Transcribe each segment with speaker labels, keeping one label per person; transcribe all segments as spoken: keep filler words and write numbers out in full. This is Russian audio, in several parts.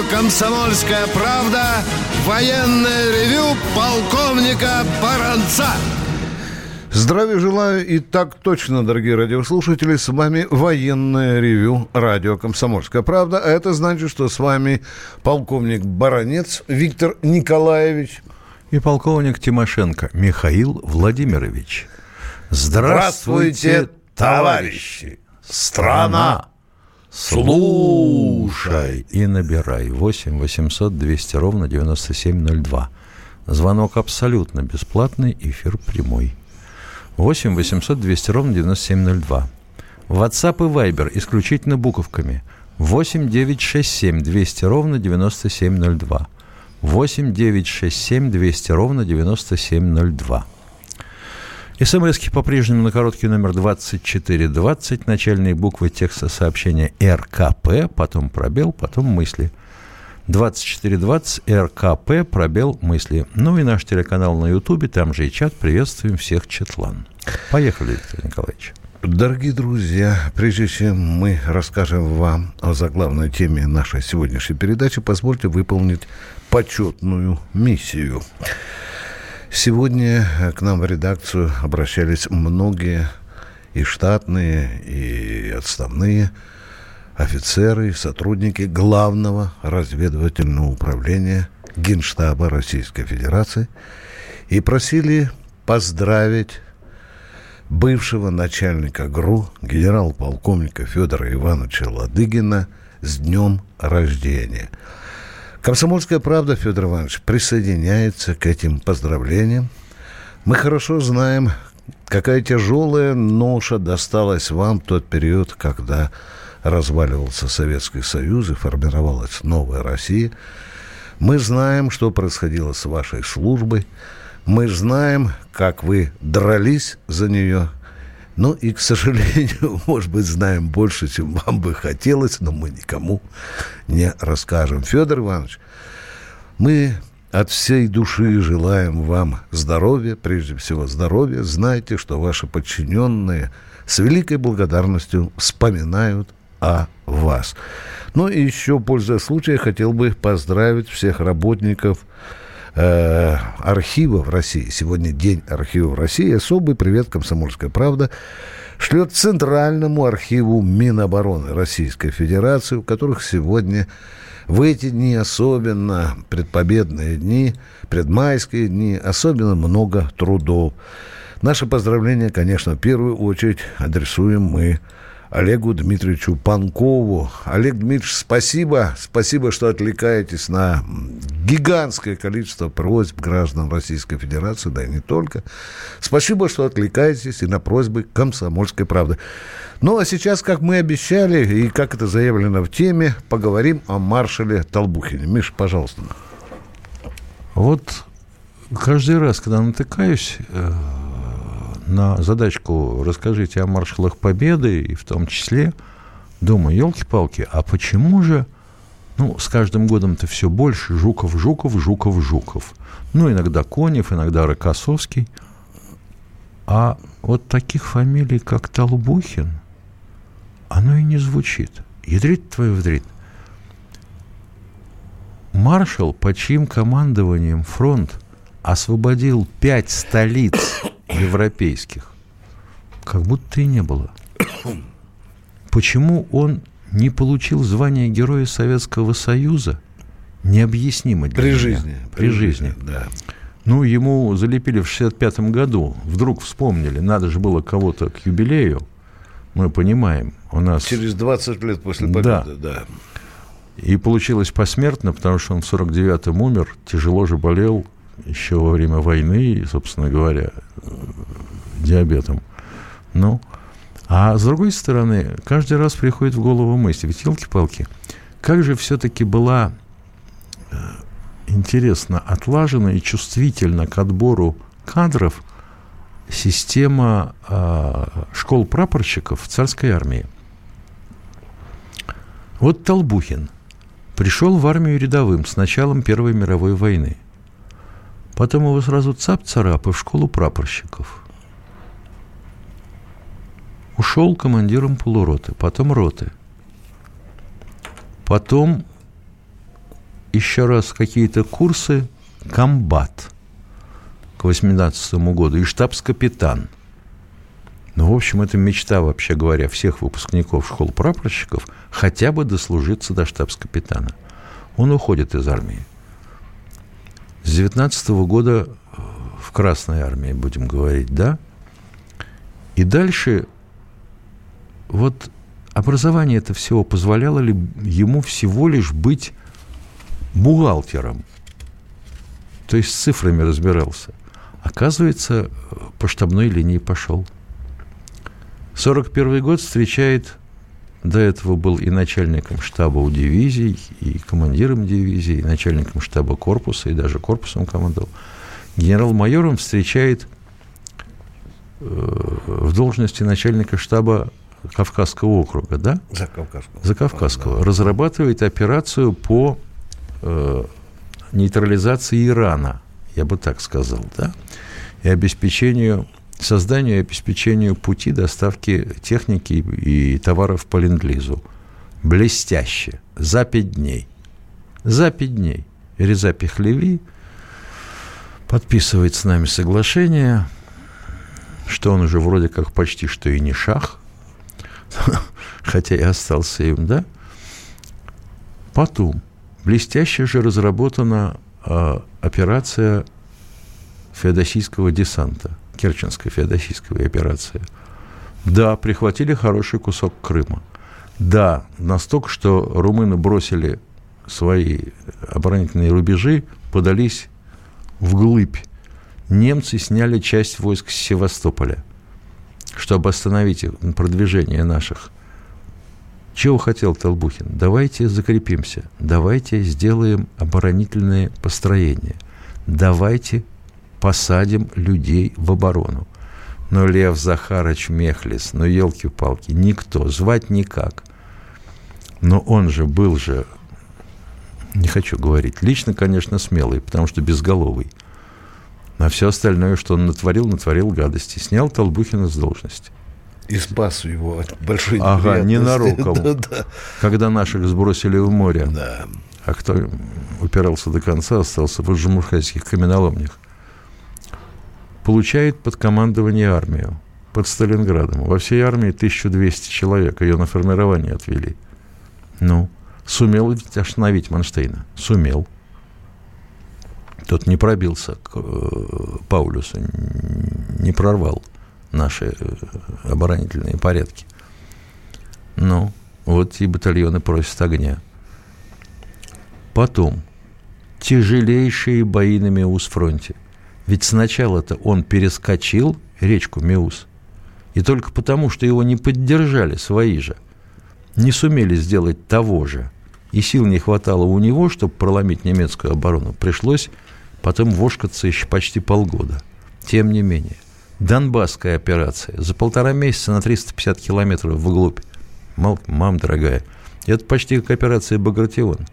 Speaker 1: «Комсомольская правда». Военное ревю полковника Баранца. Здравия желаю, и так точно, дорогие радиослушатели, с вами военное ревю радио «Комсомольская правда». А это значит, что с вами полковник Баранец Виктор Николаевич
Speaker 2: и полковник Тимошенко Михаил Владимирович. Здравствуйте, товарищи! Страна! Слушай и набирай. восемь восемьсот двести ровно девяносто семь ноль два. Звонок абсолютно бесплатный, эфир прямой. восемь восемьсот двести ровно девяносто семь ноль два. WhatsApp и Viber исключительно буковками. восемь девятьсот шестьдесят семь двести ровно девяносто семь ноль два. восемь девятьсот шестьдесят семь двести ровно девяносто семь ноль два. СМСки по-прежнему на короткий номер двадцать четыре двадцать. Начальные буквы текста сообщения РКП, потом пробел, потом мысли. двадцать четыре двадцать, РКП, пробел, мысли. Ну и наш телеканал на Ютубе, там же и чат. Приветствуем всех, Четлан. Поехали, Виктор Николаевич.
Speaker 1: Дорогие друзья, прежде чем мы расскажем вам о заглавной теме нашей сегодняшней передачи, позвольте выполнить почетную миссию. Сегодня к нам в редакцию обращались многие и штатные, и отставные офицеры и сотрудники Главного разведывательного управления Генштаба Российской Федерации и просили поздравить бывшего начальника ГРУ генерал-полковника Федора Ивановича Ладыгина с днем рождения. «Комсомольская правда», Федор Иванович, присоединяется к этим поздравлениям. Мы хорошо знаем, какая тяжелая ноша досталась вам в тот период, когда разваливался Советский Союз и формировалась новая Россия. Мы знаем, что происходило с вашей службой. Мы знаем, как вы дрались за нее. Ну и, к сожалению, может быть, знаем больше, чем вам бы хотелось, но мы никому не расскажем. Федор Иванович, мы от всей души желаем вам здоровья, прежде всего здоровья. Знайте, что ваши подчиненные с великой благодарностью вспоминают о вас. Ну и еще, пользуясь случаем, хотел бы поздравить всех работников э, архивов России. Сегодня День архивов России. Особый привет «Комсомольская правда» шлет Центральному архиву Минобороны Российской Федерации, у которых сегодня в эти дни, особенно предпобедные дни, предмайские дни, особенно много трудов. Наше поздравление, конечно, в первую очередь адресуем мы Олегу Дмитриевичу Панкову. Олег Дмитриевич, спасибо. Спасибо, что отвлекаетесь на гигантское количество просьб граждан Российской Федерации, да и не только. Спасибо, что отвлекаетесь и на просьбы «Комсомольской правды». Ну, а сейчас, как мы обещали, и как это заявлено в теме, поговорим о маршале Толбухине. Миша, пожалуйста.
Speaker 2: Вот каждый раз, когда натыкаюсь на задачку «Расскажите о маршалах Победы», и в том числе думаю, елки-палки, а почему же, ну, с каждым годом-то все больше Жуков, Жуков, Жуков, Жуков. Ну, иногда Конев, иногда Рокоссовский. А вот таких фамилий, как Толбухин, оно и не звучит. Ядрит твою вдрит. Маршал, под чьим командованием фронт освободил пять столиц европейских, как будто и не было. Почему он не получил звание Героя Советского Союза, необъяснимо для
Speaker 1: При
Speaker 2: меня.
Speaker 1: жизни.
Speaker 2: При, при жизни. жизни.
Speaker 1: Да.
Speaker 2: Ну, ему залепили в шестьдесят пятом году. Вдруг вспомнили, надо же было кого-то к юбилею. Мы понимаем, у нас...
Speaker 1: Через двадцать лет после победы, да. да.
Speaker 2: И получилось посмертно, потому что он в сорок девятом умер, тяжело же болел еще во время войны, собственно говоря, диабетом. Ну, а с другой стороны, каждый раз приходит в голову мысль, ведь елки-палки, как же все-таки была интересно отлажена и чувствительна к отбору кадров система э, школ прапорщиков в царской армии. Вот Толбухин пришел в армию рядовым с началом Первой мировой войны. Потом его сразу цап-царап и в школу прапорщиков. Ушел командиром полуроты, потом роты. Потом еще раз какие-то курсы комбат к восемнадцатому году и штабс-капитан. Ну, в общем, это мечта, вообще говоря, всех выпускников школ прапорщиков хотя бы дослужиться до штабс-капитана. Он уходит из армии. С девятнадцатого года в Красной армии, будем говорить, да? И дальше вот образование это всего позволяло ли ему всего лишь быть бухгалтером, то есть с цифрами разбирался. Оказывается, по штабной линии пошел. сорок первый год встречает, до этого был и начальником штаба у дивизий, и командиром дивизии, и начальником штаба корпуса, и даже корпусом командовал. Генерал-майором встречает э, в должности начальника штаба Кавказского округа, да?
Speaker 1: За Кавказского.
Speaker 2: За Кавказского.
Speaker 1: Да.
Speaker 2: Разрабатывает операцию по э, нейтрализации Ирана, я бы так сказал, да? И обеспечению, созданию и обеспечению пути доставки техники и товаров по ленд-лизу. Блестяще. За пять дней. За пять дней. Реза Пехлеви подписывает с нами соглашение, что он уже вроде как почти что и не шах, хотя и остался им, да? Потом блестяще же разработана э, операция феодосийского десанта, Керченская феодосийская операция. Да, прихватили хороший кусок Крыма. Да, настолько, что румыны бросили свои оборонительные рубежи, подались вглыбь. Немцы сняли часть войск с Севастополя, чтобы остановить продвижение наших. Чего хотел Толбухин? Давайте закрепимся, давайте сделаем оборонительные построения, давайте посадим людей в оборону. Но Лев Захарович Мехлис, ну елки-палки, никто, звать никак. Но он же был же, не хочу говорить, лично, конечно, смелый, потому что безголовый. А все остальное, что он натворил, натворил гадости. Снял Толбухина с должности.
Speaker 1: И спас его от большой неприятности.
Speaker 2: Ага, ненароком.
Speaker 1: Да, да.
Speaker 2: Когда наших сбросили в море.
Speaker 1: Да.
Speaker 2: А кто упирался до конца, остался в аджмурхайских каменоломнях. Получает под командование армию под Сталинградом. Во всей армии тысяча двести человек. Ее на формирование отвели. Ну, сумел ведь остановить Манштейна? Сумел. Тот не пробился к э, Паулюсу, не прорвал наши оборонительные порядки. Ну, вот и батальоны просят огня. Потом тяжелейшие бои на Меус-фронте. Ведь сначала-то он перескочил речку Меус, и только потому, что его не поддержали свои же, не сумели сделать того же, и сил не хватало у него, чтобы проломить немецкую оборону, пришлось потом вошкаться еще почти полгода. Тем не менее, Донбасская операция за полтора месяца на триста пятьдесят километров вглубь. Мам, мам дорогая, это почти как операция «Багратион».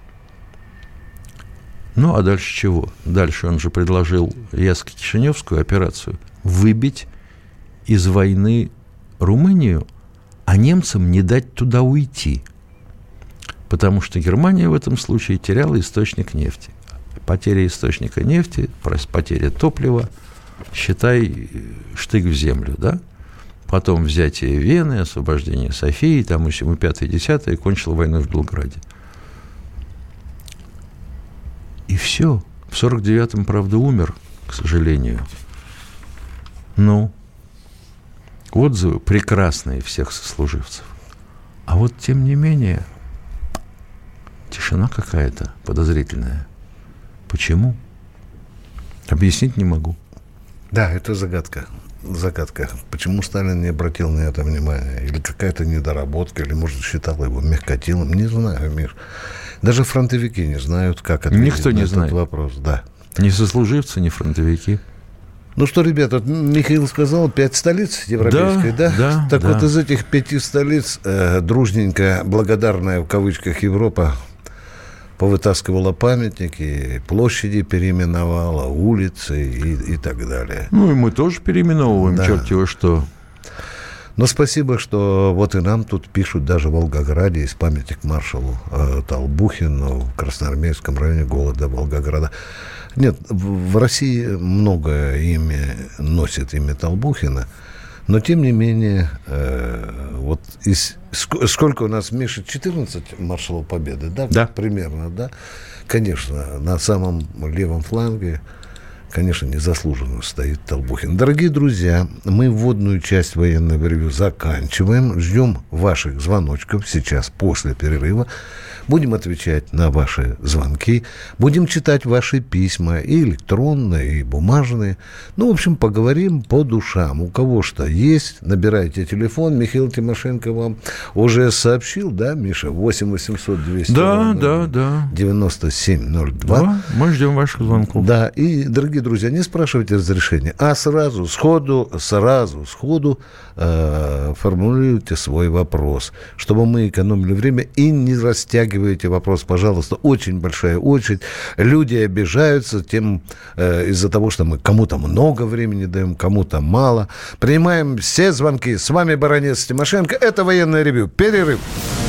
Speaker 2: Ну, а дальше чего? Дальше он же предложил Ясско-Кишиневскую операцию выбить из войны Румынию, а немцам не дать туда уйти. Потому что Германия в этом случае теряла источник нефти. Потеря источника нефти, потеря топлива, считай, штык в землю, да? Потом взятие Вены, освобождение Софии, там и всему пятое, десятое, и кончила войну в Белграде. И все. В сорок девятом, правда, умер, к сожалению. Ну, отзывы прекрасные всех сослуживцев. А вот, тем не менее, тишина какая-то подозрительная. Почему? Объяснить не могу.
Speaker 1: Да, это загадка. Загадка. Почему Сталин не обратил на это внимания? Или какая-то недоработка, или, может, считал его мягкотелым? Не знаю, Миш. Даже фронтовики не знают, как ответить
Speaker 2: Никто не
Speaker 1: на этот
Speaker 2: знает.
Speaker 1: вопрос. Да.
Speaker 2: Ни сослуживцы, ни фронтовики.
Speaker 1: Ну что, ребята, Михаил сказал, пять столиц европейских, да?
Speaker 2: Да, да,
Speaker 1: так
Speaker 2: да.
Speaker 1: вот из этих пяти столиц э, дружненько, благодарная в кавычках Европа повытаскивала памятники, площади переименовала, улицы и, и так далее.
Speaker 2: Ну, и мы тоже переименовываем,
Speaker 1: Да.
Speaker 2: черт его что.
Speaker 1: Но спасибо, что вот и нам тут пишут, даже в Волгограде есть памятник маршалу э, Толбухину в Красноармейском районе города Волгограда. Нет, в, в России многое имя носит имя Толбухина, но тем не менее, э, вот из, сколько у нас, Миша, четырнадцать маршалов Победы, да?
Speaker 2: Да.
Speaker 1: Примерно, да? Конечно, на самом левом фланге, конечно, незаслуженно стоит Толбухин. Дорогие друзья, мы вводную часть военного ревью заканчиваем. Ждем ваших звоночков сейчас, после перерыва. Будем отвечать на ваши звонки. Будем читать ваши письма, и электронные, и бумажные. Ну, в общем, поговорим по душам. У кого что есть, набирайте телефон. Михаил Тимошенко вам уже сообщил, да, Миша? восемь восемьсот двести
Speaker 2: да, да, да.
Speaker 1: девяносто семь ноль два.
Speaker 2: Да, мы ждем ваших звонков.
Speaker 1: Да, и, дорогие друзья, не спрашивайте разрешения, а сразу, сходу, сразу, сходу э, формулируйте свой вопрос, чтобы мы экономили время, и не растягивайте вопрос, пожалуйста. Очень большая очередь. Люди обижаются тем, э, из-за того, что мы кому-то много времени даем, кому-то мало. Принимаем все звонки. С вами Баранец, Тимошенко. Это военное ревью. Перерыв.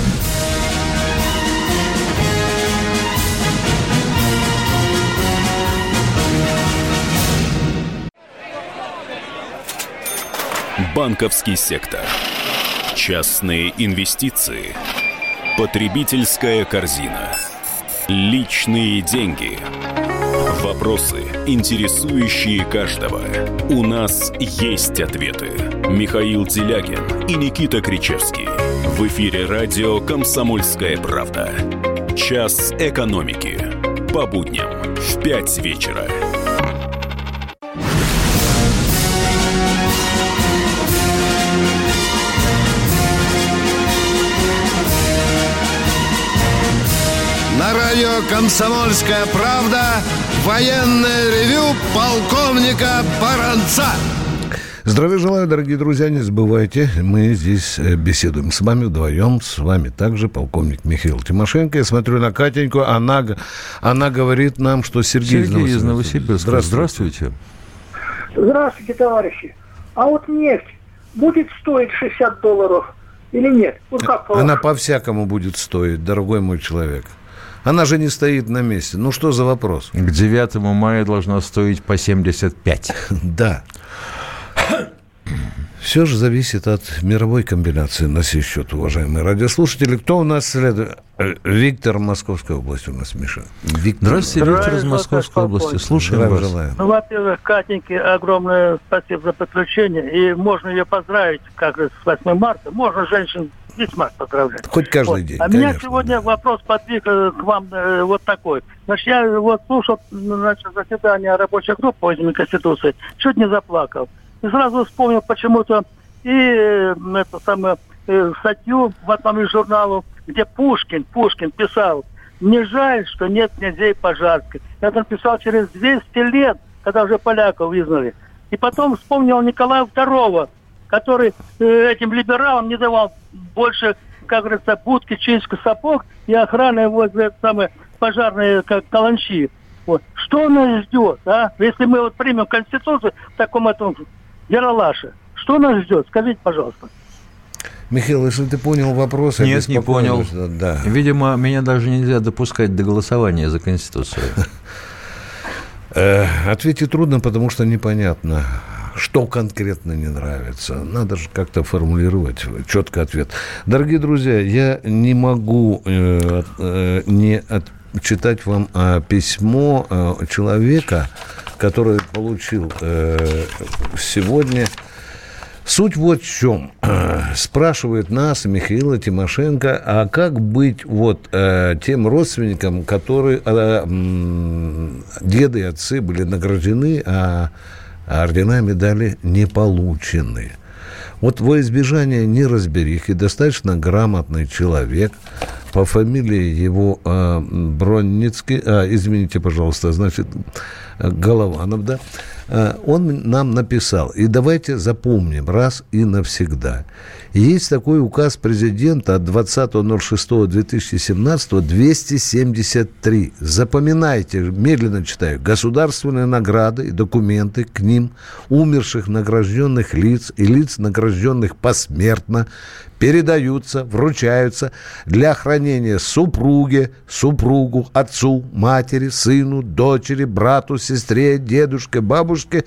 Speaker 3: Банковский сектор. Частные инвестиции. Потребительская корзина. Личные деньги. Вопросы, интересующие каждого. У нас есть ответы. Михаил Делягин и Никита Кричевский. В эфире радио «Комсомольская правда». Час экономики. По будням в пять вечера.
Speaker 1: На радио «Комсомольская правда» военное ревю полковника Баранца. Здравия желаю, дорогие друзья, не забывайте, мы здесь беседуем с вами вдвоем, с вами также полковник Михаил Тимошенко. Я смотрю на Катеньку, она, она говорит нам, что Сергей,
Speaker 2: Сергей из Новосибирска.
Speaker 1: Здравствуйте.
Speaker 4: Здравствуйте, товарищи. А вот нефть будет стоить шестьдесят долларов или нет? Вот как
Speaker 1: она по-всякому будет стоить, дорогой мой человек. Она же не стоит на месте. Ну, что за вопрос?
Speaker 2: К девятому мая должна стоить по семьдесят пять.
Speaker 1: Да. Все же зависит от мировой комбинации на сей счет, уважаемые радиослушатели. Кто у нас следует? Виктор, Московская область у нас, Миша. Виктор.
Speaker 2: Здравствуйте, Виктор из Московской области. Слушаем вас. Желаю.
Speaker 4: Ну, во-первых, Катеньке огромное спасибо за подключение. И можно ее поздравить, как с восьмым марта. Можно женщин весьма поздравлять.
Speaker 1: Хоть каждый вот. день,
Speaker 4: А
Speaker 1: конечно,
Speaker 4: меня сегодня да. вопрос подвиг к вам э, вот такой. Значит, я вот слушал значит, заседание рабочей группы по изменению Конституции, чуть не заплакал. И сразу вспомнил почему-то и э, это самое, э, статью в одном из журналов, где Пушкин, Пушкин писал: «Не жаль, что нет князей Пожарских». Это он писал через двести лет, когда уже поляков вызнали. И потом вспомнил Николая второго, который э, этим либералам не давал больше, как говорится, будки, чистки, сапог и охраны возле самые пожарные как каланчи. Вот. Что нас ждет, а? Если мы вот примем Конституцию в таком этом яралаше, что нас ждет? Скажите, пожалуйста.
Speaker 1: Михаил, если ты понял вопрос...
Speaker 2: Нет, не понял. Да. Видимо, меня даже нельзя допускать до голосования за Конституцию.
Speaker 1: Ответить трудно, потому что непонятно, что конкретно не нравится. Надо же как-то формулировать четко ответ. Дорогие друзья, я не могу э, э, не читать вам э, письмо э, человека, который получил э, сегодня. Суть вот в чем. Спрашивает нас, Михаила Тимошенко, а как быть вот э, тем родственникам, которые э, э, деды и отцы были награждены, а ордена и медали не получены. Вот во избежание неразберихи достаточно грамотный человек, по фамилии его э, Бронницкий, а, извините, пожалуйста, значит, Голованов, да, он нам написал, и давайте запомним раз и навсегда. Есть такой указ президента от двадцатого ноль шестого две тысячи семнадцатого двести семьдесят три. Запоминайте, медленно читаю. Государственные награды и документы к ним умерших награжденных лиц и лиц, награжденных посмертно, передаются, вручаются для хранения супруге, супругу, отцу, матери, сыну, дочери, брату, сестре, дедушке, бабушке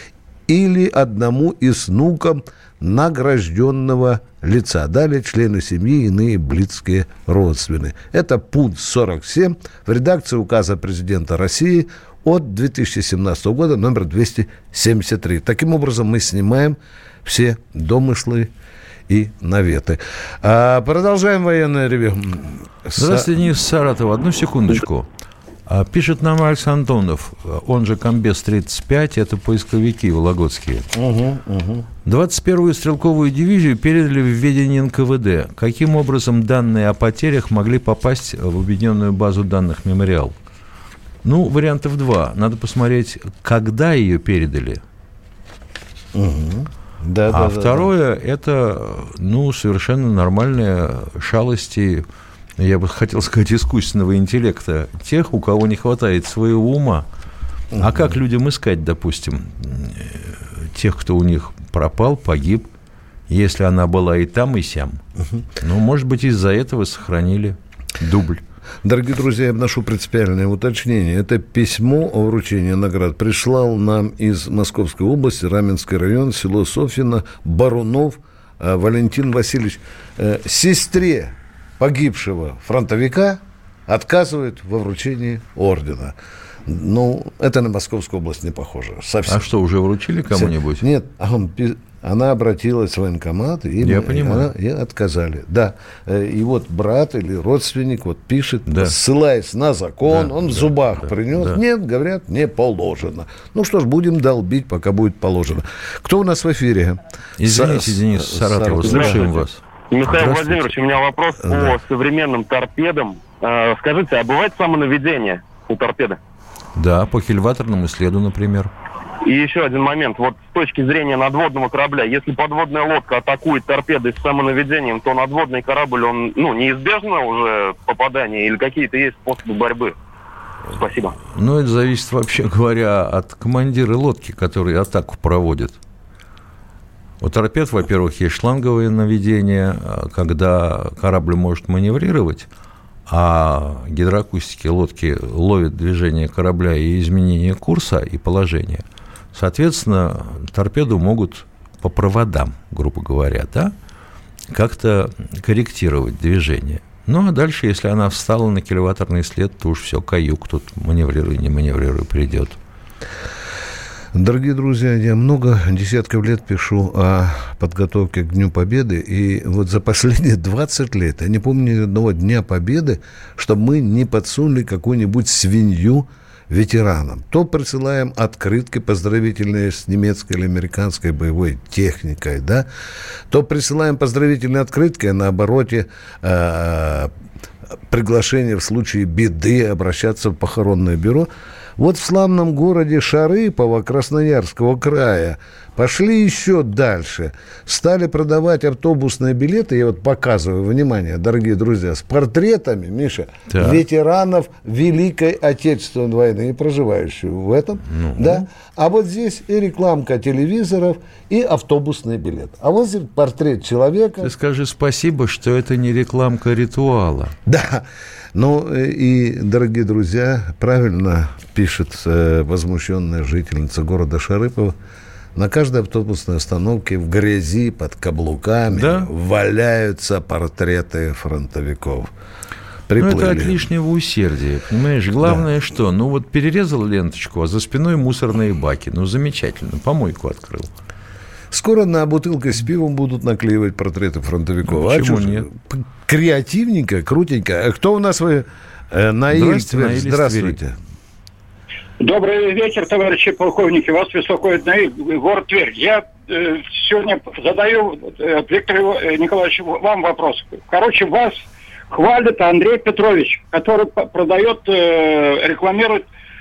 Speaker 1: или одному из внукам награжденного лица. Далее члены семьи и иные близкие родственные. Это пункт сорок семь в редакции указа президента России от две тысячи семнадцатого года, номер двести семьдесят три. Таким образом, мы снимаем все домыслы и наветы. А, продолжаем военное ревью.
Speaker 2: Здравствуйте, Денис Саратова. Одну секундочку. Пишет нам Алекс Антонов, он же Комбез тридцать пять, это поисковики вологодские. Угу, угу. двадцать первую стрелковую дивизию передали в ведение эн ка вэ дэ. Каким образом данные о потерях могли попасть в объединенную базу данных «Мемориал»? Ну, вариантов два. Надо посмотреть, когда ее передали.
Speaker 1: Угу. Да,
Speaker 2: а
Speaker 1: да,
Speaker 2: второе,
Speaker 1: да.
Speaker 2: это, ну, совершенно нормальные шалости, я бы хотел сказать, искусственного интеллекта тех, у кого не хватает своего ума. Угу. А как людям искать, допустим, тех, кто у них пропал, погиб, если она была и там, и сям? Угу. Ну, может быть, из-за этого сохранили дубль.
Speaker 1: Дорогие друзья, я вношу принципиальное уточнение. Это письмо о вручении наград прислал нам из Московской области, Раменский район, село Софьино, Барунов Валентин Васильевич. Сестре погибшего фронтовика отказывает во вручении ордена. Ну, это на Московскую область не похоже. Совсем.
Speaker 2: А что, уже вручили кому-нибудь?
Speaker 1: Нет, а он, она обратилась в военкомат, и,
Speaker 2: Я
Speaker 1: мы,
Speaker 2: понимаю.
Speaker 1: и, и отказали. Да. И вот брат или родственник вот пишет,
Speaker 2: да.
Speaker 1: ссылаясь на закон, да, он да, в зубах
Speaker 2: да,
Speaker 1: принес.
Speaker 2: Да.
Speaker 1: Нет, говорят, не положено. Ну что ж, будем долбить, пока будет положено. Кто у нас в эфире?
Speaker 2: Извините, С... Денис Саратова, слушаем вас.
Speaker 5: Михаил Владимирович, у меня вопрос да. по современным торпедам. Скажите, а бывает самонаведение у торпеды?
Speaker 2: Да, по хильваторному следу, например.
Speaker 5: И еще один момент. Вот с точки зрения надводного корабля, если подводная лодка атакует торпедой с самонаведением, то надводный корабль, он, ну, неизбежно уже попадание или какие-то есть способы борьбы? Спасибо.
Speaker 2: Ну, это зависит, вообще говоря, от командира лодки, который атаку проводит. У торпед, во-первых, есть шланговое наведение, когда корабль может маневрировать, а гидроакустики лодки ловят движение корабля и изменение курса и положения. Соответственно, торпеду могут по проводам, грубо говоря, да, как-то корректировать движение. Ну, а дальше, если она встала на кильваторный след, то уж все, каюк, тут маневрируй, не маневрируй, придет.
Speaker 1: Дорогие друзья, я много десятков лет пишу о подготовке к Дню Победы, и вот за последние двадцать лет я не помню ни одного Дня Победы, чтобы мы не подсунули какую-нибудь свинью ветеранам. То присылаем открытки поздравительные с немецкой или американской боевой техникой, да, то присылаем поздравительные открытки, а на обороте э, приглашение в случае беды обращаться в похоронное бюро. Вот в славном городе Шарыпово Красноярского края пошли еще дальше. Стали продавать автобусные билеты, я вот показываю, внимание, дорогие друзья, с портретами, Миша, да. ветеранов Великой Отечественной войны, проживающих в этом, ну. да. А вот здесь и рекламка телевизоров, и автобусный билет. А вот здесь портрет человека.
Speaker 2: Ты скажи спасибо, что это не рекламка ритуала.
Speaker 1: Да. Ну и, дорогие друзья, правильно пишет э, возмущенная жительница города Шарыпово, на каждой автобусной остановке в грязи под каблуками да? валяются портреты фронтовиков. Приплыли.
Speaker 2: Ну, это от лишнего усердия, понимаешь? Главное, да. что? Ну, вот перерезал ленточку, а за спиной мусорные баки. Ну, замечательно, помойку открыл.
Speaker 1: Скоро на бутылкой с пивом будут наклеивать портреты фронтовиков.
Speaker 2: Ну, почему а нет?
Speaker 1: Креативненько, крутенько. Кто у нас вы? Наиль,
Speaker 2: Здравствуйте. Наиль,
Speaker 1: Здравствуйте.
Speaker 6: Добрый вечер, товарищи полковники. Вас беспокоит Наиль, город Тверь. Я э, сегодня задаю, э, Виктор Николаевич, вам вопрос. Короче, вас хвалит Андрей Петрович, который продает, э, рекламирует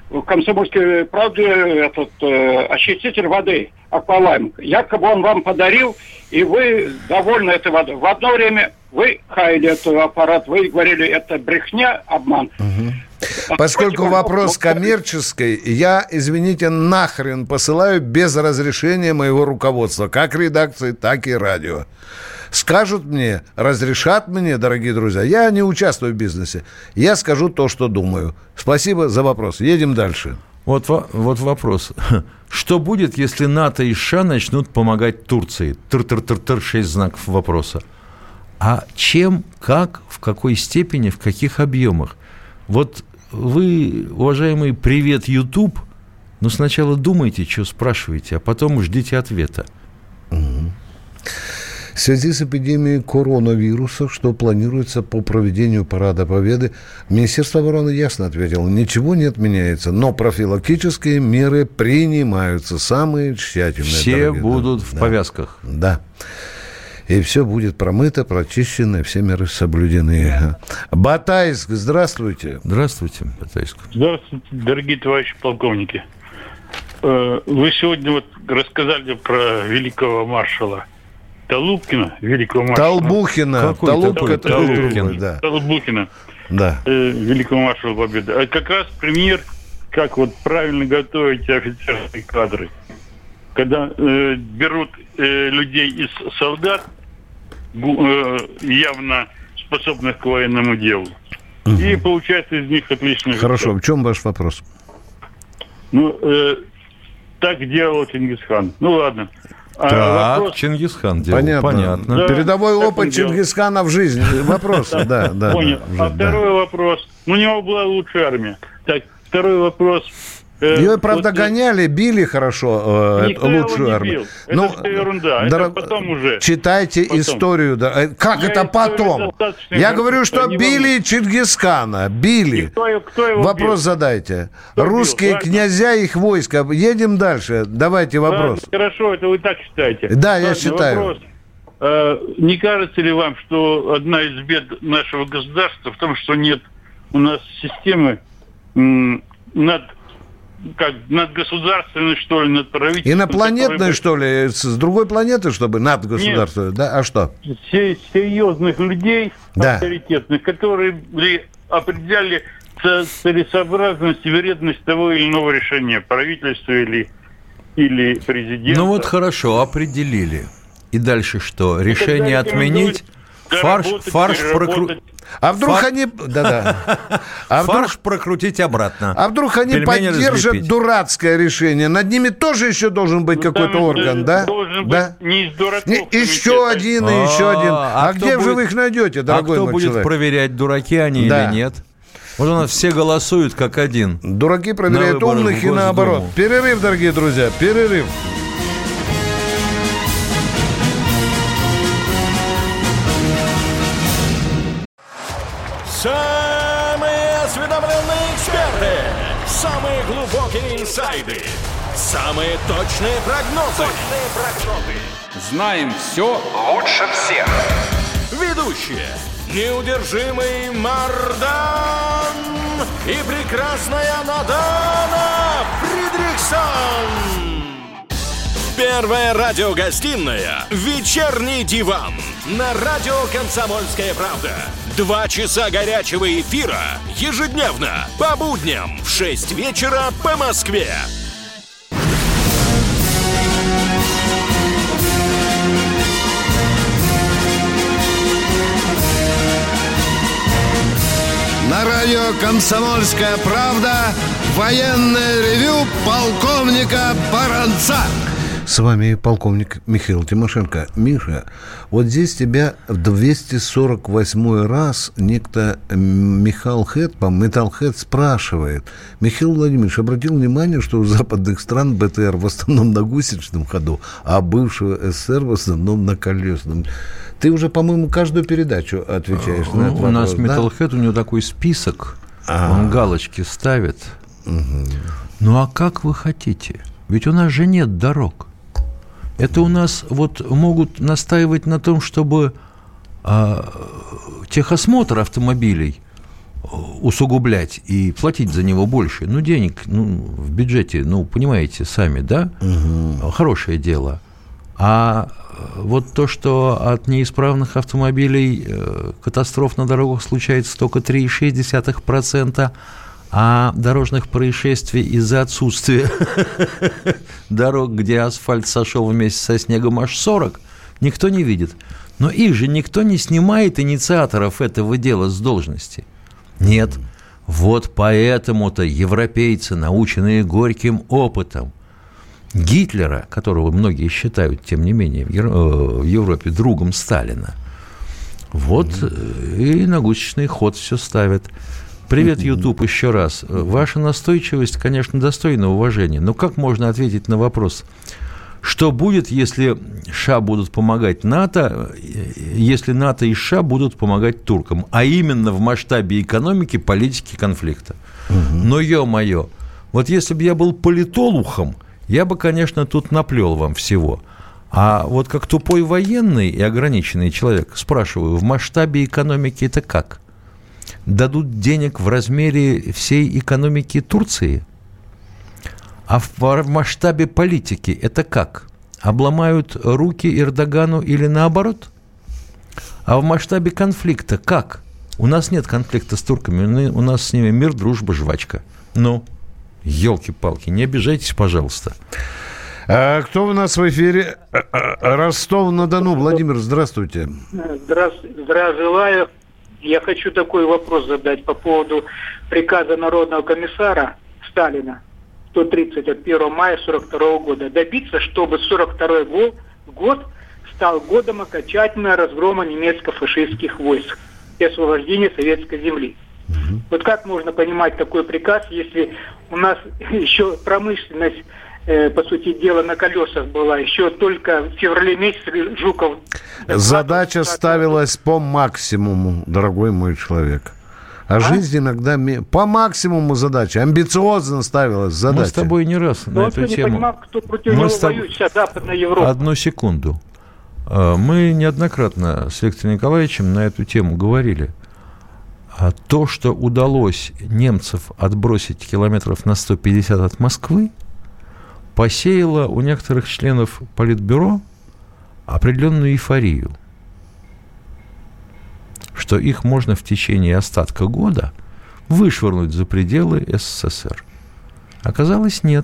Speaker 6: в «Комсомольской правде» этот э, очиститель воды «Аквалайм». Якобы он вам подарил, и вы довольны этой водой. В одно время вы хаяли этот аппарат, вы говорили, это брехня, обман.
Speaker 1: Угу. Поскольку вопрос коммерческий, я, извините, нахрен посылаю без разрешения моего руководства, как редакции, так и радио. Скажут мне, разрешат мне, дорогие друзья, я не участвую в бизнесе, я скажу то, что думаю. Спасибо за вопрос. Едем дальше.
Speaker 2: Вот, вот вопрос. Что будет, если НАТО и США начнут помогать Турции? Тыр-тыр-тыр-тыр, шесть знаков вопроса. А чем, как, в какой степени, в каких объемах? Вот вы, уважаемый, привет, YouTube, но сначала думайте, что спрашиваете, а потом ждите ответа.
Speaker 1: Угу. В связи с эпидемией коронавируса, что планируется по проведению Парада Победы, Министерство обороны ясно ответило, ничего не отменяется, но профилактические меры принимаются, самые тщательные.
Speaker 2: Все
Speaker 1: дорогие,
Speaker 2: будут
Speaker 1: да,
Speaker 2: в
Speaker 1: да,
Speaker 2: повязках.
Speaker 1: Да. И все будет промыто, прочищено, все меры соблюдены. Батайск, здравствуйте.
Speaker 2: Здравствуйте, Батайск.
Speaker 7: Здравствуйте, дорогие товарищи полковники. Вы сегодня вот рассказали про великого маршала Толубкина, великого маршала.
Speaker 1: Толбухина.
Speaker 2: Какой
Speaker 1: Толубка,
Speaker 2: Толубкин?
Speaker 1: да.
Speaker 7: Толбухина,
Speaker 1: Да.
Speaker 7: э, великого маршала Победы. А как раз пример, как вот правильно готовить офицерские кадры. Когда э, берут э, людей из солдат, э, явно способных к военному делу, угу. и получается из них отличные.
Speaker 1: Хорошо, в чем ваш вопрос?
Speaker 7: Ну, э, так делал Чингисхан. Ну, ладно.
Speaker 2: Так,
Speaker 7: а вопрос...
Speaker 2: Чингисхан делал.
Speaker 1: Понятно.
Speaker 2: Понятно.
Speaker 7: Да,
Speaker 1: передовой опыт
Speaker 7: делал.
Speaker 1: Чингисхана в жизни. Вопросы, да, да.
Speaker 7: Понял. А второй вопрос. У него была лучшая армия. Так, второй вопрос.
Speaker 1: Ее, правда, гоняли, били хорошо э, лучшую армию.
Speaker 7: Это ну, все ерунда. Это потом уже.
Speaker 1: Читайте потом. историю. Да. Как Я это потом? Я говорю, что били вам... Чингисхана. Били.
Speaker 7: Кто, кто его
Speaker 1: вопрос
Speaker 7: бил?
Speaker 1: задайте.
Speaker 7: Кто
Speaker 1: Русские
Speaker 7: бил?
Speaker 1: князья, их войска. Едем дальше. Давайте вопрос.
Speaker 7: Ладно, хорошо, это вы так считаете.
Speaker 1: Да,
Speaker 7: Ладно,
Speaker 1: я считаю.
Speaker 7: Вопрос. А, не кажется ли вам, что одна из бед нашего государства в том, что нет у нас системы м, над как надгосударственной, что ли, над правительством.
Speaker 1: Инопланетной,
Speaker 7: который...
Speaker 1: что ли, с другой планеты, чтобы надгосударственной, да? А что?
Speaker 7: Серьезных людей,
Speaker 1: да.
Speaker 7: авторитетных, которые определяли целесообразность и вредность того или иного решения правительства или, или президента.
Speaker 2: Ну вот хорошо, определили. И дальше что? Решение отменить? Фарш, фарш прокрутить.
Speaker 1: А вдруг
Speaker 2: Фар...
Speaker 1: они... Да-да. А вдруг...
Speaker 2: Фарш прокрутить обратно.
Speaker 1: А вдруг они Пельмени поддержат разлепить. Дурацкое решение? Над ними тоже еще должен быть ну, какой-то орган, да?
Speaker 7: Должен
Speaker 1: да?
Speaker 7: быть не из дураков.
Speaker 1: Не, еще один и а, еще один. А, а где же вы их найдете, дорогой
Speaker 2: мой
Speaker 1: человек?
Speaker 2: А кто будет проверять, дураки они да. или нет? Вот у нас все голосуют как один.
Speaker 1: Дураки проверяют на умных и наоборот. Перерыв, дорогие друзья, перерыв.
Speaker 3: Самые осведомленные эксперты, самые глубокие инсайды, самые точные прогнозы. Точные прогнозы.
Speaker 8: Знаем все лучше всех.
Speaker 3: Ведущие: неудержимый Мардан и прекрасная Надана Фридрихсон. Первая радиогостинная «Вечерний диван» на радио «Комсомольская правда». Два часа горячего эфира ежедневно по будням в шесть вечера по Москве.
Speaker 1: На радио «Комсомольская правда» военное ревю полковника Баранца. С вами полковник Михаил Тимошенко. Миша, вот здесь тебя в двести сорок восьмой раз некто Михаил Хэт, Металлхэт, спрашивает. Михаил Владимирович, обратил внимание, что у западных стран БТР в основном на гусеничном ходу, а бывшего СССР в основном на колесном. Ты уже, по-моему, каждую передачу отвечаешь на этот вопрос.
Speaker 2: У нас
Speaker 1: да?
Speaker 2: Металлхэт, у него такой список, А-а-а. он галочки ставит.
Speaker 1: Угу.
Speaker 2: Ну а как вы хотите? Ведь у нас же нет дорог. Это у нас вот могут настаивать на том, чтобы а, техосмотр автомобилей усугублять и платить за него больше. Ну, денег ну, в бюджете, ну, понимаете сами, да? Угу. Хорошее дело. А вот то, что от неисправных автомобилей катастроф на дорогах случается только три целых шесть десятых процента, а дорожных происшествий из-за отсутствия дорог, где асфальт сошел вместе со снегом, аж сорок, никто не видит. Но их же никто не снимает, инициаторов этого дела, с должности. Нет. Вот поэтому-то европейцы, наученные горьким опытом Гитлера, которого многие считают, тем не менее, в Европе другом Сталина, вот и на гусечный ход все ставят. Привет, YouTube, еще раз. Ваша настойчивость, конечно, достойна уважения, но как можно ответить на вопрос, что будет, если США будут помогать НАТО, если НАТО и США будут помогать туркам, а именно в масштабе экономики, политики, конфликта? Угу. Но, ё-моё, вот если бы я был политолухом, я бы, конечно, тут наплел вам всего. А вот как тупой военный и ограниченный человек, спрашиваю, в масштабе экономики это как? Дадут денег в размере всей экономики Турции? А в масштабе политики это как? Обломают руки Эрдогану или наоборот? А в масштабе конфликта как? У нас нет конфликта с турками, у нас с ними мир, дружба, жвачка. Ну, елки-палки, не обижайтесь, пожалуйста.
Speaker 1: А кто у нас в эфире? Ростов-на-Дону. Владимир, здравствуйте.
Speaker 9: Здравствуйте, здравия желаю. Я хочу такой вопрос задать по поводу приказа Народного комиссара Сталина сто тридцать от первого мая сорок второго года. Добиться, чтобы сорок второй год, год стал годом окончательного разгрома немецко-фашистских войск и освобождения советской земли. Угу. Вот как можно понимать такой приказ, если у нас еще промышленность, э, по сути дела, на колесах была, еще только в феврале месяце Жуков...
Speaker 1: Задача ставилась по максимуму, дорогой мой человек. А, а? жизнь иногда по максимуму задача, амбициозно ставилась задача.
Speaker 2: Мы с тобой не раз
Speaker 9: Но
Speaker 2: на эту
Speaker 9: не
Speaker 2: тему...
Speaker 9: Понимал, кто против него
Speaker 2: тобой...
Speaker 9: воюет сейчас, Западная Европа.
Speaker 2: Одну секунду. Мы неоднократно с Виктором Николаевичем на эту тему говорили. А то, что удалось немцев отбросить километров на сто пятьдесят от Москвы, посеяло у некоторых членов Политбюро определенную эйфорию, что их можно в течение остатка года вышвырнуть за пределы СССР. Оказалось, нет.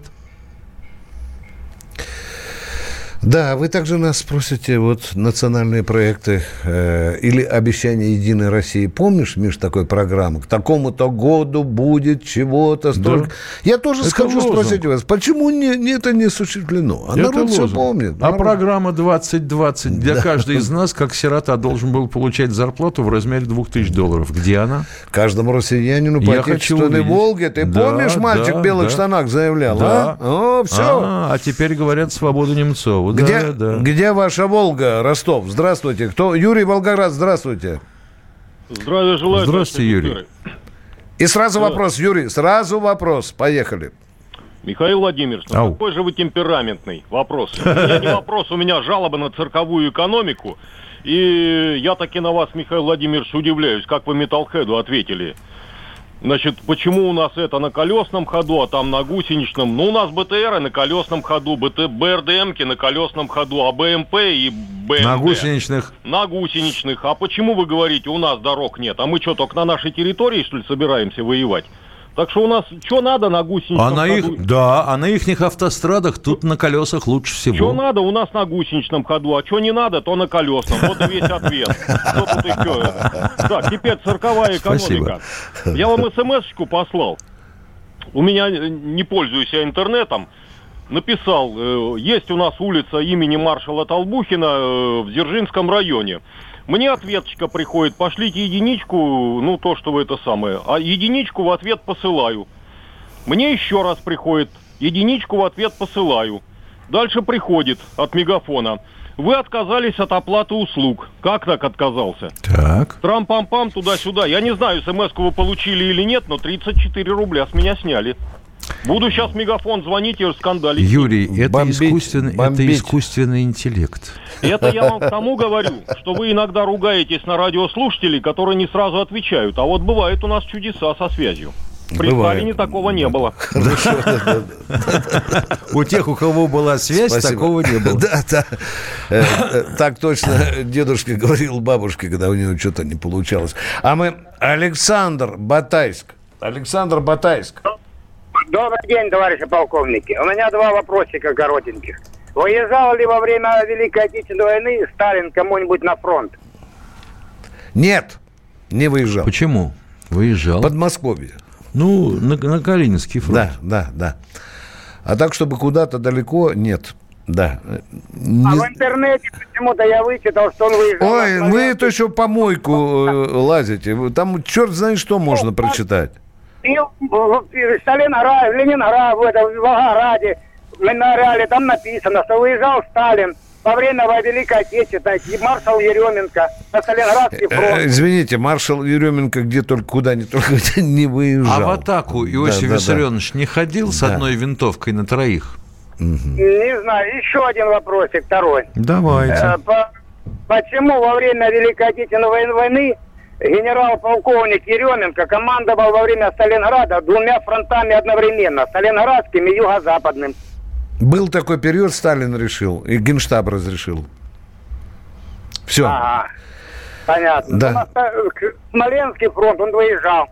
Speaker 1: Да, вы также нас спросите, вот национальные проекты э, или обещания «Единой России». Помнишь, Миш, такой программы? К такому-то году будет чего-то столько. Да. Я тоже это хочу лозунг. Спросить вас, почему не, не, это не осуществлено? А это народ лозунг. Все помнит.
Speaker 2: А народ... программа двадцать двадцать для да. каждой из нас, как сирота, должен был получать зарплату в размере двух тысяч долларов. Где она?
Speaker 1: Каждому россиянину по отечественной «Волге». Ты да, помнишь, мальчик да, в белых да. штанах заявлял?
Speaker 2: Да.
Speaker 1: А? О, все.
Speaker 2: А, а теперь говорят «Свободу Немцову».
Speaker 1: Где,
Speaker 2: да, да.
Speaker 1: где ваша «Волга», Ростов? Здравствуйте. Кто? Юрий, Волгоград, здравствуйте.
Speaker 7: Здравия желаю.
Speaker 2: Здравствуйте, Юрий.
Speaker 1: И сразу да. вопрос, Юрий, сразу вопрос. Поехали.
Speaker 7: Михаил Владимирович, ну какой же вы темпераментный вопрос. У меня не вопрос, у меня жалоба на цирковую экономику. И я таки на вас, Михаил Владимирович, удивляюсь, как вы Металлхеду ответили. Значит, почему у нас это на колесном ходу, а там на гусеничном? Ну, у нас БТРы на колесном ходу, БТ, БРДМки на колесном ходу, а БМП и БМД...
Speaker 2: На гусеничных.
Speaker 7: На гусеничных. А почему вы говорите, у нас дорог нет? А мы что, только на нашей территории, что ли, собираемся воевать? Так что у нас что надо на гусеничном
Speaker 2: а на
Speaker 7: ходу?
Speaker 2: Их, да, а на ихних автострадах тут на колесах лучше всего.
Speaker 7: Что надо у нас на гусеничном ходу, а что не надо, то на колесном. Вот и весь ответ. Что тут еще? Так, теперь цирковая экономика. Спасибо. Я вам смс-очку послал. У меня, не пользуюсь я интернетом, написал, есть у нас улица имени маршала Толбухина в Дзержинском районе. Мне ответочка приходит, пошлите единичку, ну то, что вы это самое, а единичку в ответ посылаю. Мне еще раз приходит, единичку в ответ посылаю. Дальше приходит от мегафона. Вы отказались от оплаты услуг. Как так отказался?
Speaker 2: Так.
Speaker 7: Трам-пам-пам, туда-сюда. Я не знаю, смс-ку вы получили или нет, но тридцать четыре рубля с меня сняли.
Speaker 10: Буду сейчас в мегафон звонить и скандалить.
Speaker 2: Юрий, это,
Speaker 1: Бомбить,
Speaker 2: искусственный,
Speaker 1: бомбить.
Speaker 2: это искусственный интеллект.
Speaker 10: Это я вам к тому говорю, что вы иногда ругаетесь на радиослушателей, которые не сразу отвечают. А вот бывает у нас чудеса со связью. При
Speaker 1: Бывает.
Speaker 10: Сталине такого не было.
Speaker 2: У тех, у кого была связь,
Speaker 1: Спасибо.
Speaker 2: такого не было.
Speaker 1: Да, да. Э, э, Так точно дедушка говорил бабушке, когда у него что-то не получалось. А мы Александр Батайск. Александр Батайск.
Speaker 11: Добрый день, товарищи полковники. У меня два вопросика коротеньких. Выезжал ли во время Великой Отечественной войны Сталин кому-нибудь на фронт?
Speaker 1: Нет, не выезжал.
Speaker 2: Почему? Выезжал.
Speaker 1: Подмосковье.
Speaker 2: Ну, на, на Калининский фронт.
Speaker 1: Да, да, да. А так, чтобы куда-то далеко, нет. Да. Не...
Speaker 11: А в интернете почему-то я вычитал, что он выезжал...
Speaker 1: Ой,
Speaker 11: на
Speaker 1: вы
Speaker 11: Славянск.
Speaker 1: это еще помойку э, лазите. Вы- Там черт знает что можно прочитать.
Speaker 11: И в в Сталинграде, в Ленинграде, в, этом, в Волгограде, в мемориале, там написано, что выезжал Сталин во время Великой Отечественной, и маршал Еременко на Сталинградский
Speaker 1: Э,
Speaker 11: фронт.
Speaker 1: Извините, маршал Еременко где только куда не только не выезжал.
Speaker 2: А в атаку Иосиф
Speaker 1: Да, да, да.
Speaker 2: Виссарионович не ходил с
Speaker 1: Да.
Speaker 2: одной винтовкой на троих?
Speaker 11: Не знаю, еще один вопросик, второй.
Speaker 2: Давайте.
Speaker 11: Э, по- Почему во время Великой Отечественной вой- войны генерал-полковник Еременко командовал во время Сталинграда двумя фронтами одновременно, Сталинградским и Юго-Западным?
Speaker 1: Был такой период, Сталин решил, и Генштаб разрешил. Все.
Speaker 11: Ага, понятно.
Speaker 1: Да.
Speaker 11: Ну, на Ста- к- Смоленский фронт он выезжал.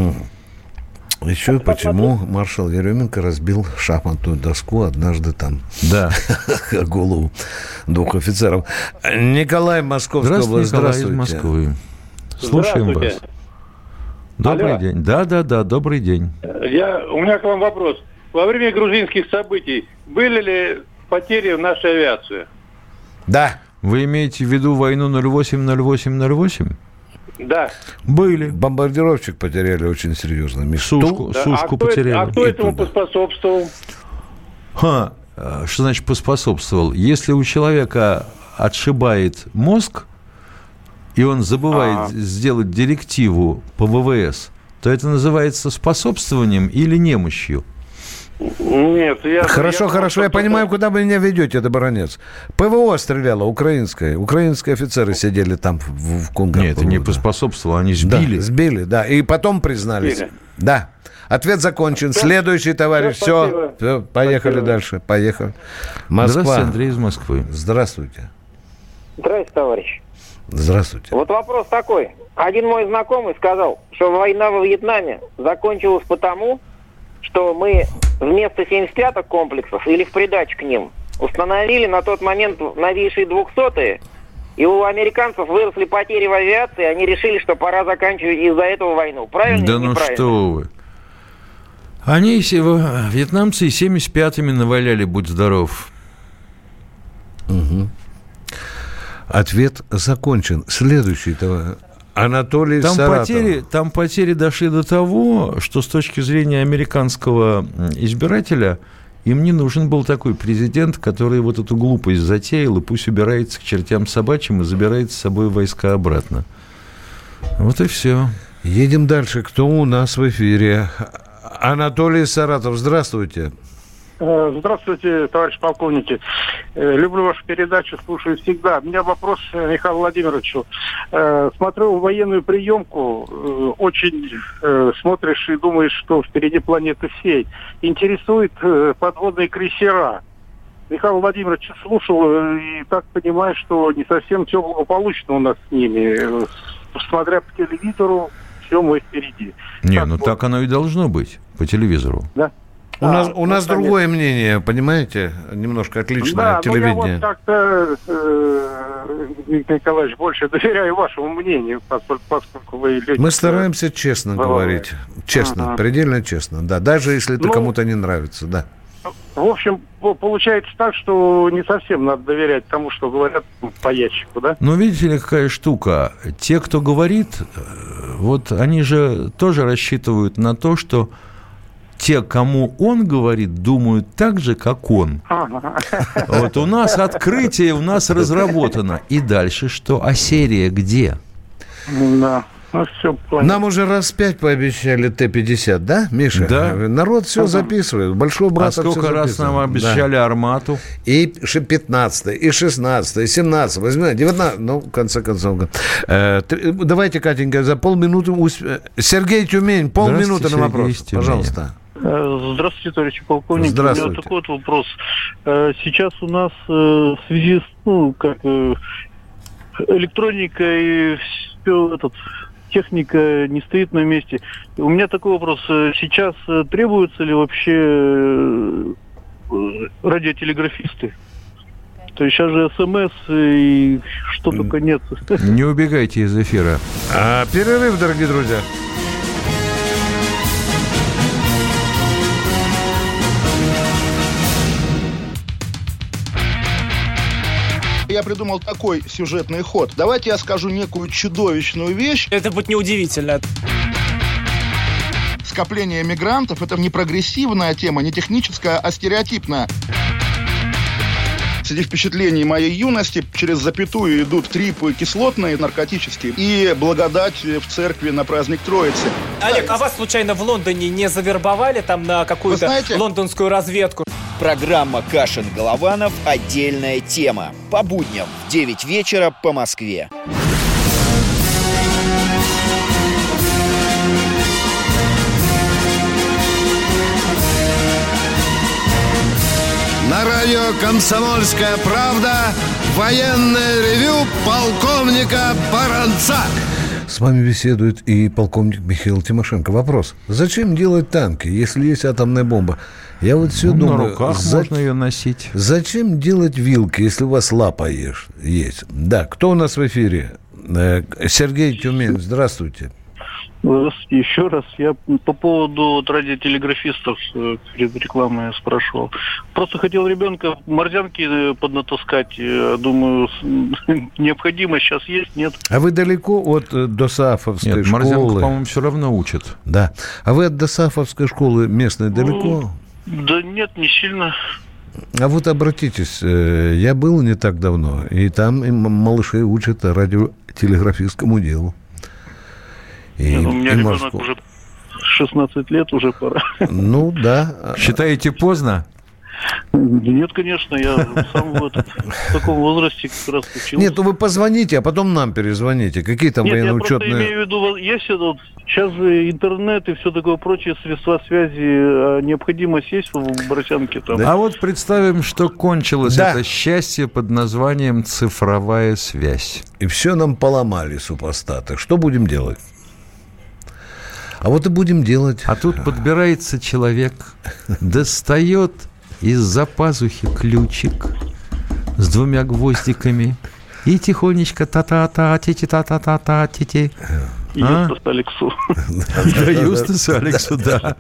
Speaker 1: Еще почему маршал Еременко разбил шахматную доску однажды там
Speaker 2: Да.
Speaker 1: о голову двух офицеров. Николай, Московская
Speaker 2: Здравствуйте,
Speaker 1: область,
Speaker 2: Николай из
Speaker 1: здравствуйте.
Speaker 2: Москвы. Слушаем вас.
Speaker 7: Здравствуйте.
Speaker 2: Добрый
Speaker 7: Алло.
Speaker 2: день. Да, да, да, добрый день.
Speaker 7: Я, у меня к вам вопрос. Во время грузинских событий были ли потери в нашей авиации?
Speaker 1: Да.
Speaker 2: Вы имеете в виду войну ноль восемь ноль восемь ноль восемь?
Speaker 7: Да.
Speaker 2: Были.
Speaker 1: Бомбардировщик потеряли очень серьезно. Мечту.
Speaker 2: Сушку,
Speaker 7: Да.
Speaker 2: сушку
Speaker 7: а кто,
Speaker 2: потеряли.
Speaker 7: а кто
Speaker 1: И
Speaker 7: этому
Speaker 1: туда.
Speaker 7: поспособствовал?
Speaker 2: Ха, э, что значит поспособствовал? Если у человека отшибает мозг, и он забывает
Speaker 7: Ага.
Speaker 2: сделать директиву по ВВС, то это называется способствованием или немощью?
Speaker 7: Нет, я...
Speaker 1: Хорошо,
Speaker 7: я-
Speaker 1: хорошо, я понимаю, куда вы меня ведете, это баронец. ПВО стреляло, украинское. Украинские офицеры сидели там в, в Кунгар.
Speaker 2: Нет, это не
Speaker 1: да.
Speaker 2: поспособствовало, они
Speaker 1: Да,
Speaker 2: сбили.
Speaker 1: сбили, да. И потом признались.
Speaker 7: Сбили.
Speaker 1: Да. Ответ закончен.
Speaker 7: Всё.
Speaker 1: Следующий товарищ.
Speaker 7: Всё,
Speaker 1: Все.
Speaker 7: спасибо.
Speaker 1: Все, поехали
Speaker 7: Спасибо.
Speaker 1: дальше. Поехали. Москва.
Speaker 2: Здравствуйте, Андрей из Москвы.
Speaker 1: Здравствуйте.
Speaker 11: Здравствуйте, товарищ.
Speaker 1: Здравствуйте.
Speaker 11: Вот вопрос такой. Один мой знакомый сказал, что война во Вьетнаме закончилась потому, что мы вместо семьдесят пятых комплексов или в придачу к ним установили на тот момент новейшие двухсотые, и у американцев выросли потери в авиации, они решили, что пора заканчивать из-за этого войну. Правильно
Speaker 2: Да
Speaker 11: или
Speaker 2: ну
Speaker 11: неправильно?
Speaker 2: что вы. Они, се- вьетнамцы, и семьдесят пятыми наваляли, будь здоров.
Speaker 1: Ответ закончен. Следующий товарищ. Анатолий
Speaker 2: Там
Speaker 1: Саратов.
Speaker 2: потери, там потери дошли до того, что с точки зрения американского м, избирателя им не нужен был такой президент, который вот эту глупость затеял, и пусть убирается к чертям собачьим и забирает с собой войска обратно. Вот и все.
Speaker 1: Едем дальше. Кто у нас в эфире? Анатолий Саратов. Здравствуйте.
Speaker 12: Э, Здравствуйте, товарищ полковники. Э, Люблю вашу передачу, слушаю всегда. У меня вопрос э, Михаилу Владимировичу. Э, Смотрю военную приемку, э, очень э, смотришь и думаешь, что впереди планеты всей. Интересует э, подводные крейсера. Михаил Владимирович слушал э, и так понимаю, что не совсем все благополучно у нас с ними. Э, Смотря по телевизору, все мы впереди.
Speaker 2: Не,
Speaker 12: Так
Speaker 2: ну
Speaker 12: вот.
Speaker 2: так оно и должно быть по телевизору.
Speaker 12: Да?
Speaker 1: У нас,
Speaker 12: А,
Speaker 1: у нас
Speaker 12: ну,
Speaker 1: другое мнение, понимаете? Немножко отличное
Speaker 12: Да,
Speaker 1: от
Speaker 12: но я
Speaker 1: телевидения.
Speaker 12: вот как-то, э, Виктор Николаевич, больше доверяю вашему мнению, поскольку, поскольку вы люди...
Speaker 1: Мы стараемся честно
Speaker 12: Бывает.
Speaker 1: говорить. Честно,
Speaker 12: Ага.
Speaker 1: предельно честно, да. Даже если это
Speaker 12: Ну,
Speaker 1: кому-то не нравится, да.
Speaker 12: В общем, по- получается так, что не совсем надо доверять тому, что говорят по ящику, да?
Speaker 2: Но видите ли, какая штука? Те, кто говорит, э, вот они же тоже рассчитывают на то, что те, кому он говорит, думают так же, как он. Вот у нас открытие, у нас разработано. И дальше что? А серия где?
Speaker 12: Да. Ну, все понял.
Speaker 1: Нам уже раз пять пообещали Т пятьдесят, да, Миша?
Speaker 2: Да.
Speaker 1: Народ все записывает. Большой брат.
Speaker 2: А сколько раз нам обещали да. Армату?
Speaker 1: И пятнадцатое, и шестнадцатое, и семнадцатое, восемнадцатое, девятнадцатое. Ну, в конце концов. Э, давайте, Катенька, за полминуты... Сергей Тюмень, полминуты на вопрос. Пожалуйста.
Speaker 12: Здравствуйте, товарищи полковники.
Speaker 1: Здравствуйте.
Speaker 12: У меня вот такой вот вопрос. Сейчас у нас в связи с, ну, как электроника и все этот... техника не стоит на месте. У меня такой вопрос. Сейчас требуются ли вообще радиотелеграфисты? То есть сейчас же СМС и что только нет.
Speaker 2: Не убегайте из эфира.
Speaker 1: А, перерыв, дорогие друзья.
Speaker 13: Я придумал такой сюжетный ход. Давайте я скажу некую чудовищную вещь.
Speaker 14: Это будет неудивительно.
Speaker 13: Скопление мигрантов – это не прогрессивная тема, не техническая, а стереотипная. Среди впечатлений моей юности через запятую идут трипы кислотные, наркотические, и благодать в церкви на праздник Троицы.
Speaker 14: Олег, а вас случайно в Лондоне не завербовали там на какую-то
Speaker 13: знаете,
Speaker 14: лондонскую разведку?
Speaker 15: Программа «Кашин-Голованов. Отдельная тема». По будням в девять вечера по Москве.
Speaker 1: На радио «Комсомольская правда» военное ревю полковника Баранца. С вами беседует и полковник Михаил Тимошенко. Вопрос. Зачем делать танки, если есть атомная бомба? Я вот все
Speaker 2: ну,
Speaker 1: думаю...
Speaker 2: На руках за... можно ее носить.
Speaker 1: Зачем делать вилки, если у вас лапа есть? есть? Да, кто у нас в эфире? Сергей Тюмень, здравствуйте.
Speaker 12: Здравствуйте еще раз. Я по поводу вот, радиотелеграфистов перед рекламой спрашивал. Просто хотел ребенка морзянки поднатаскать. Думаю, необходимость сейчас есть, нет?
Speaker 1: А вы далеко от досаафовской
Speaker 2: нет,
Speaker 1: школы?
Speaker 2: Морзянку, по-моему, все равно учат.
Speaker 1: Да. А вы от досаафовской школы местной далеко?
Speaker 12: Да нет, не сильно.
Speaker 1: А вот обратитесь, я был не так давно, и там малышей учат радиотелеграфистскому делу. И,
Speaker 12: Нет, у меня
Speaker 1: и
Speaker 12: ребенок
Speaker 1: морского.
Speaker 12: уже шестнадцать лет, уже пора.
Speaker 1: Ну, да.
Speaker 2: Считаете поздно?
Speaker 12: Нет, конечно, я сам в, этот, в таком возрасте как раз учился.
Speaker 1: Нет, ну вы позвоните, а потом нам перезвоните. Какие там
Speaker 12: Нет,
Speaker 1: военно-учетные...
Speaker 12: я просто имею в виду, есть вот, сейчас же интернет и все такое прочее, средства связи, а необходимость есть в Боросянке там?
Speaker 2: Да. А вот представим, что кончилось да. это счастье под названием цифровая связь.
Speaker 1: И все нам поломали, супостаты. Что будем делать? А вот и будем делать.
Speaker 2: А тут подбирается человек, достает из-за пазухи ключик с двумя гвоздиками и тихонечко та-та-та, ти-ти-та-та-та-та, ти-ти.
Speaker 12: Юстас Алексу.
Speaker 2: Да, Юстас Алексу, да.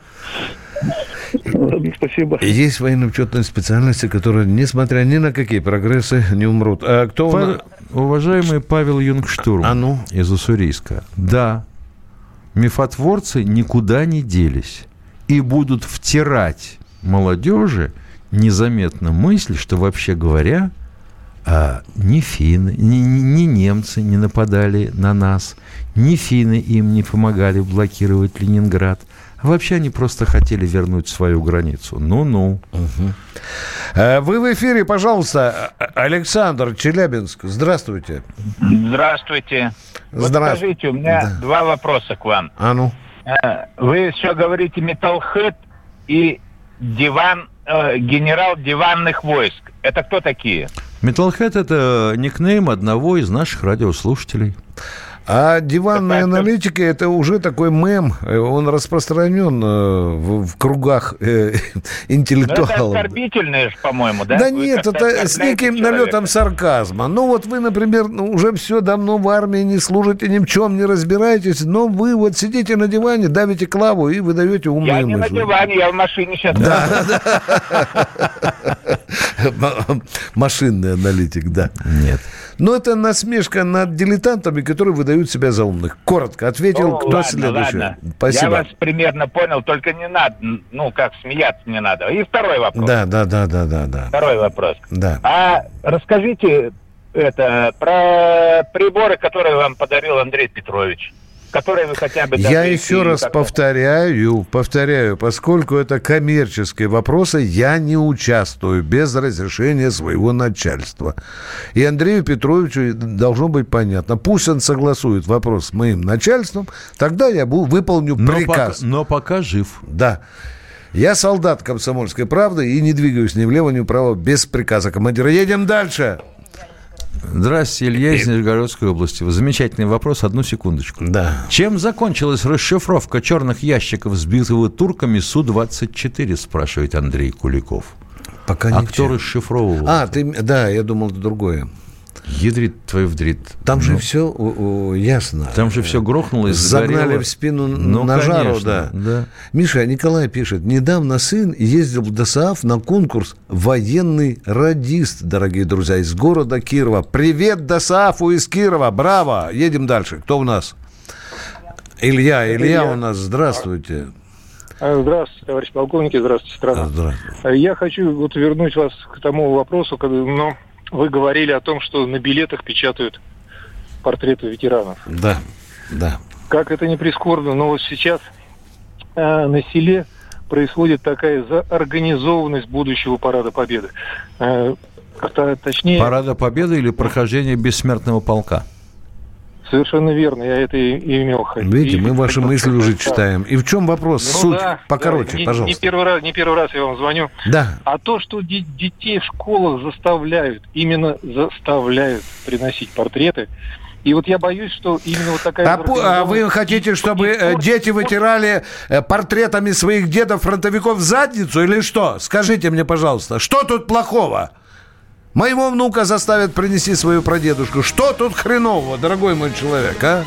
Speaker 12: Спасибо.
Speaker 1: Есть военно-учетные специальности, которые, несмотря ни на какие прогрессы, не умрут. А кто
Speaker 2: Пав...
Speaker 1: у нас?
Speaker 2: Уважаемый Павел Юнгштурм
Speaker 1: а ну?
Speaker 2: из Уссурийска. Да. Мифотворцы никуда не делись и будут втирать молодежи незаметно мысль, что, вообще говоря, а, ни финны, ни, ни немцы не нападали на нас, ни финны им не помогали блокировать Ленинград. А вообще они просто хотели вернуть свою границу. Ну-ну.
Speaker 1: Угу. Вы в эфире, пожалуйста, Александр, Челябинск. Здравствуйте.
Speaker 16: Здравствуйте. Вот скажите, у меня да. два вопроса к вам.
Speaker 1: А ну?
Speaker 16: Вы все говорите «Металлхед» и диван, э, генерал диванных войск. Это кто такие?
Speaker 2: «Металлхед» — это никнейм одного из наших радиослушателей.
Speaker 1: А диванные аналитики – это уже такой мем, он распространен в, в кругах э, интеллектуалов.
Speaker 16: Но это оскорбительное, по-моему, да?
Speaker 1: Да
Speaker 16: вы
Speaker 1: нет, это с неким человека. налетом сарказма. Ну вот вы, например, ну, уже все давно в армии не служите, ни в чем не разбираетесь, но вы вот сидите на диване, давите клаву и выдаете умные
Speaker 16: мысли. Я не
Speaker 1: мысли.
Speaker 16: на диване, я в машине сейчас.
Speaker 1: Да, да. Машинный аналитик, да.
Speaker 2: Нет.
Speaker 1: Но это насмешка над дилетантами, которые выдают себя за умных. Коротко ответил,
Speaker 16: О,
Speaker 1: кто
Speaker 16: ладно,
Speaker 1: следующий.
Speaker 16: Ладно.
Speaker 1: Спасибо.
Speaker 16: Я вас примерно понял, только не надо, ну, как смеяться не надо. И второй вопрос.
Speaker 1: Да, да, да, да, да, да.
Speaker 16: Второй вопрос.
Speaker 1: Да.
Speaker 16: А расскажите это про приборы, которые вам подарил Андрей Петрович. которые вы хотя бы...
Speaker 1: Я еще раз повторяю, повторяю, поскольку это коммерческие вопросы, я не участвую без разрешения своего начальства. И Андрею Петровичу должно быть понятно. Пусть он согласует вопрос с моим начальством, тогда я буду, выполню
Speaker 2: но
Speaker 1: приказ.
Speaker 2: Пока, но пока жив.
Speaker 1: Да. Я солдат «Комсомольской правды» и не двигаюсь ни влево, ни вправо без приказа командира. Едем дальше.
Speaker 2: Здравствуйте, Илья из Нижегородской области. Замечательный вопрос, одну секундочку.
Speaker 1: Да.
Speaker 2: Чем закончилась расшифровка черных ящиков, сбитого турками Су двадцать четыре, спрашивает Андрей Куликов.
Speaker 1: Пока
Speaker 2: а
Speaker 1: ничем.
Speaker 2: кто расшифровывал?
Speaker 1: А, ты, да, я думал, это другое.
Speaker 2: Ядрит твою вдрит.
Speaker 1: Там
Speaker 2: ну,
Speaker 1: же все о, о, ясно.
Speaker 2: Там же все грохнуло и
Speaker 1: загнали
Speaker 2: загорело.
Speaker 1: в спину
Speaker 2: ну,
Speaker 1: на
Speaker 2: конечно,
Speaker 1: жару, да.
Speaker 2: да.
Speaker 1: Миша, Николай пишет. Недавно сын ездил в ДОСААФ на конкурс «Военный радист», дорогие друзья, из города Кирова. Привет ДОСААФу из Кирова. Браво! Едем дальше. Кто у нас? Илья. Илья, Илья. у нас. Здравствуйте.
Speaker 12: Здравствуйте, товарищ полковник. Здравствуйте, страна. Здравствуйте. Я хочу вот вернуть вас к тому вопросу, когда... Но... Вы говорили о том, что на билетах печатают портреты ветеранов.
Speaker 1: Да, да.
Speaker 12: Как это ни прискорбно, но вот сейчас э, на селе происходит такая заорганизованность будущего Парада Победы. Э, точнее...
Speaker 2: Парада Победы или прохождение бессмертного полка?
Speaker 12: Совершенно верно, я это и, и имел в виду.
Speaker 1: Видите, мы ваши мысли уже читаем. И в чем вопрос?
Speaker 12: Ну,
Speaker 1: Суть
Speaker 12: да,
Speaker 1: покороче,
Speaker 12: да, не,
Speaker 1: пожалуйста.
Speaker 12: Не первый раз, не первый раз я вам звоню.
Speaker 1: Да.
Speaker 12: А то, что д- детей в школах заставляют, именно заставляют приносить портреты. И вот я боюсь, что именно вот такая...
Speaker 1: А, а вы хотите, чтобы э, дети вытирали э, портретами своих дедов-фронтовиков в задницу или что? Скажите мне, пожалуйста, что тут плохого? Моего внука заставят принести свою прадедушку. Что тут хренового, дорогой мой человек, а?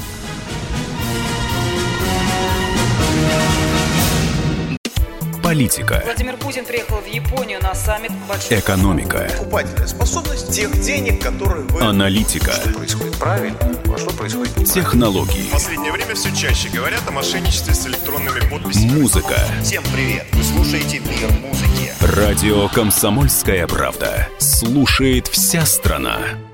Speaker 17: Политика.
Speaker 18: Владимир Путин приехал в Японию на саммит большой...
Speaker 17: Экономика.
Speaker 19: Покупательная способность тех денег, которые вы...
Speaker 17: Аналитика.
Speaker 19: Что происходит правильно, а что происходит неправильно.
Speaker 17: Технологии.
Speaker 19: В последнее время все чаще говорят о мошенничестве с электронными подписями.
Speaker 17: Музыка.
Speaker 19: Всем привет. Вы слушаете «Мир музыки».
Speaker 17: Радио «Комсомольская правда». Слушает вся страна.